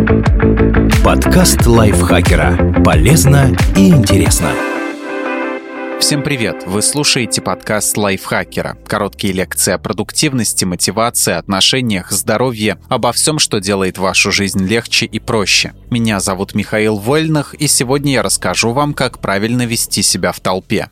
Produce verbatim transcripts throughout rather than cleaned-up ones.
Подкаст лайфхакера. Полезно и интересно. Всем привет! Вы слушаете подкаст лайфхакера. Короткие лекции о продуктивности, мотивации, отношениях, здоровье, обо всем, что делает вашу жизнь легче и проще. Меня зовут Михаил Вольных, и сегодня я расскажу вам, как правильно вести себя в толпе.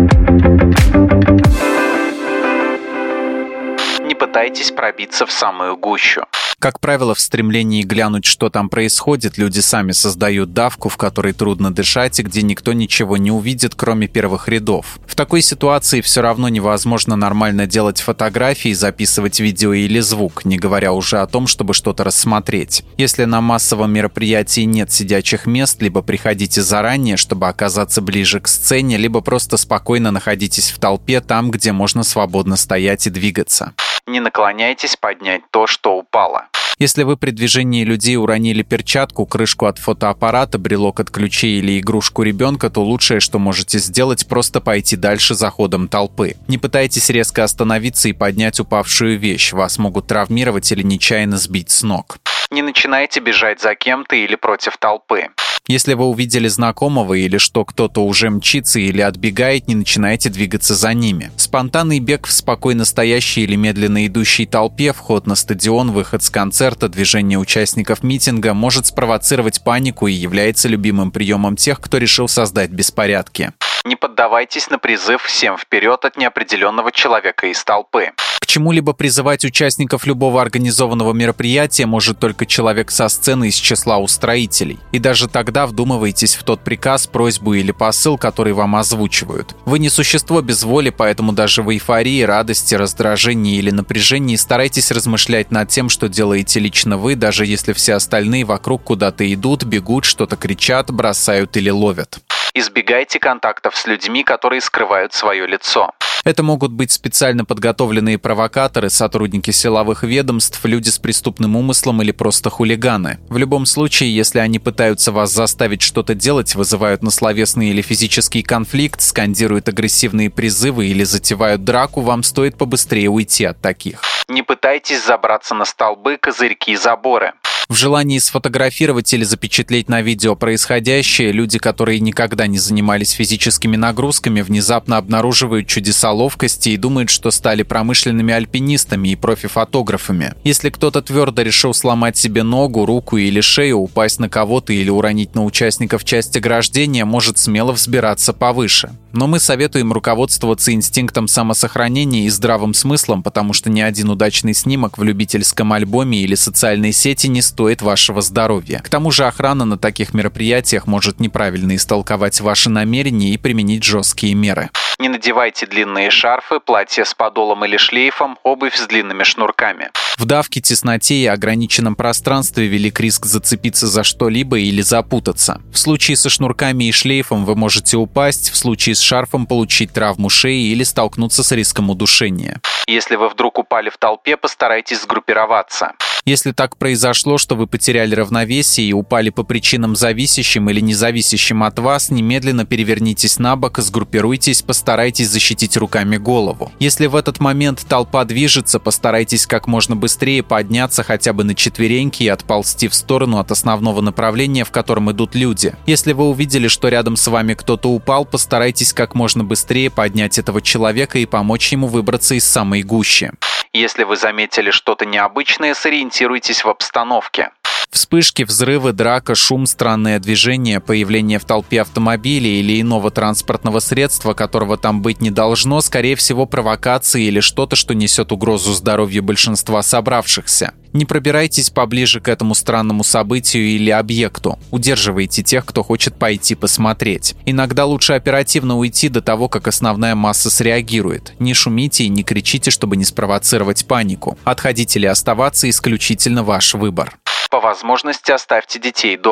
Не пытайтесь пробиться в самую гущу. Как правило, в стремлении глянуть, что там происходит, люди сами создают давку, в которой трудно дышать и где никто ничего не увидит, кроме первых рядов. В такой ситуации все равно невозможно нормально делать фотографии, записывать видео или звук, не говоря уже о том, чтобы что-то рассмотреть. Если на массовом мероприятии нет сидячих мест, либо приходите заранее, чтобы оказаться ближе к сцене, либо просто спокойно находитесь в толпе там, где можно свободно стоять и двигаться. Не наклоняйтесь поднять то, что упало. Если вы при движении людей уронили перчатку, крышку от фотоаппарата, брелок от ключей или игрушку ребенка, то лучшее, что можете сделать, просто пойти дальше за ходом толпы. Не пытайтесь резко остановиться и поднять упавшую вещь, вас могут травмировать или нечаянно сбить с ног. Не начинайте бежать за кем-то или против толпы. Если вы увидели знакомого или что кто-то уже мчится или отбегает, не начинайте двигаться за ними. Спонтанный бег в спокойно стоящей или медленно идущей толпе, вход на стадион, выход с концерта, движение участников митинга может спровоцировать панику и является любимым приемом тех, кто решил создать беспорядки. Не поддавайтесь на призыв «всем вперед» от неопределенного человека из толпы. К чему-либо призывать участников любого организованного мероприятия может только человек со сцены из числа устроителей. И даже тогда вдумывайтесь в тот приказ, просьбу или посыл, который вам озвучивают. Вы не существо без воли, поэтому даже в эйфории, радости, раздражении или напряжении старайтесь размышлять над тем, что делаете лично вы, даже если все остальные вокруг куда-то идут, бегут, что-то кричат, бросают или ловят. Избегайте контактов с людьми, которые скрывают свое лицо. Это могут быть специально подготовленные провокаторы, сотрудники силовых ведомств, люди с преступным умыслом или просто хулиганы. В любом случае, если они пытаются вас заставить что-то делать, вызывают на словесный или физический конфликт, скандируют агрессивные призывы или затевают драку, вам стоит побыстрее уйти от таких. Не пытайтесь забраться на столбы, козырьки и заборы. В желании сфотографировать или запечатлеть на видео происходящее, люди, которые никогда не занимались физическими нагрузками, внезапно обнаруживают чудеса ловкости и думают, что стали промышленными альпинистами и профи-фотографами. Если кто-то твердо решил сломать себе ногу, руку или шею, упасть на кого-то или уронить на участников часть ограждения, может смело взбираться повыше. Но мы советуем руководствоваться инстинктом самосохранения и здравым смыслом, потому что ни один удачный снимок в любительском альбоме или социальной сети не стоит вашего здоровья. К тому же охрана на таких мероприятиях может неправильно истолковать ваши намерения и применить жесткие меры. Не надевайте длинные шарфы, платья с подолом или шлейфом, обувь с длинными шнурками. В давке, тесноте и ограниченном пространстве велик риск зацепиться за что-либо или запутаться. В случае со шнурками и шлейфом вы можете упасть, в случае с шарфом получить травму шеи или столкнуться с риском удушения. Если вы вдруг упали в толпе, постарайтесь сгруппироваться. Если так произошло, что вы потеряли равновесие и упали по причинам зависящим или независящим от вас, немедленно перевернитесь на бок, сгруппируйтесь, постарайтесь защитить руками голову. Если в этот момент толпа движется, постарайтесь как можно быстрее подняться хотя бы на четвереньки и отползти в сторону от основного направления, в котором идут люди. Если вы увидели, что рядом с вами кто-то упал, постарайтесь как можно быстрее поднять этого человека и помочь ему выбраться из самой гущи. Если вы заметили что-то необычное, сориентируйтесь в обстановке. Вспышки, взрывы, драка, шум, странное движение, появление в толпе автомобиля или иного транспортного средства, которого там быть не должно, скорее всего, провокации или что-то, что несет угрозу здоровью большинства собравшихся. Не пробирайтесь поближе к этому странному событию или объекту. Удерживайте тех, кто хочет пойти посмотреть. Иногда лучше оперативно уйти до того, как основная масса среагирует. Не шумите и не кричите, чтобы не спровоцировать панику. Отходить или оставаться – исключительно ваш выбор. По возможности оставьте детей дома.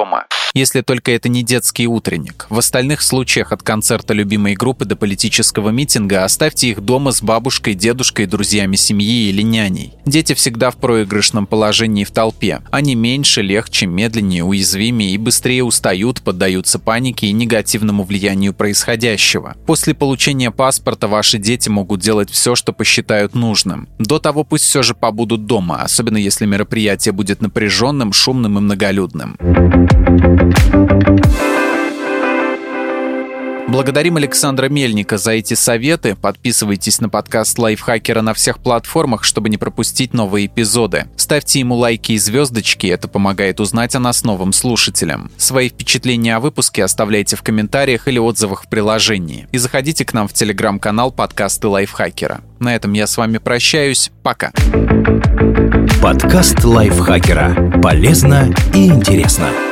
Если только это не детский утренник. В остальных случаях от концерта любимой группы до политического митинга оставьте их дома с бабушкой, дедушкой, друзьями семьи или няней. Дети всегда в проигрышном положении в толпе. Они меньше, легче, медленнее, уязвимее и быстрее устают, поддаются панике и негативному влиянию происходящего. После получения паспорта ваши дети могут делать все, что посчитают нужным. До того пусть все же побудут дома, особенно если мероприятие будет напряженным, шумным и многолюдным. Благодарим Александра Мельника за эти советы. Подписывайтесь на подкаст Лайфхакера на всех платформах, чтобы не пропустить новые эпизоды. Ставьте ему лайки и звездочки, это помогает узнать о нас новым слушателям. Свои впечатления о выпуске оставляйте в комментариях или отзывах в приложении. И заходите к нам в телеграм-канал подкасты Лайфхакера. На этом я с вами прощаюсь. Пока. Подкаст Лайфхакера. Полезно и интересно.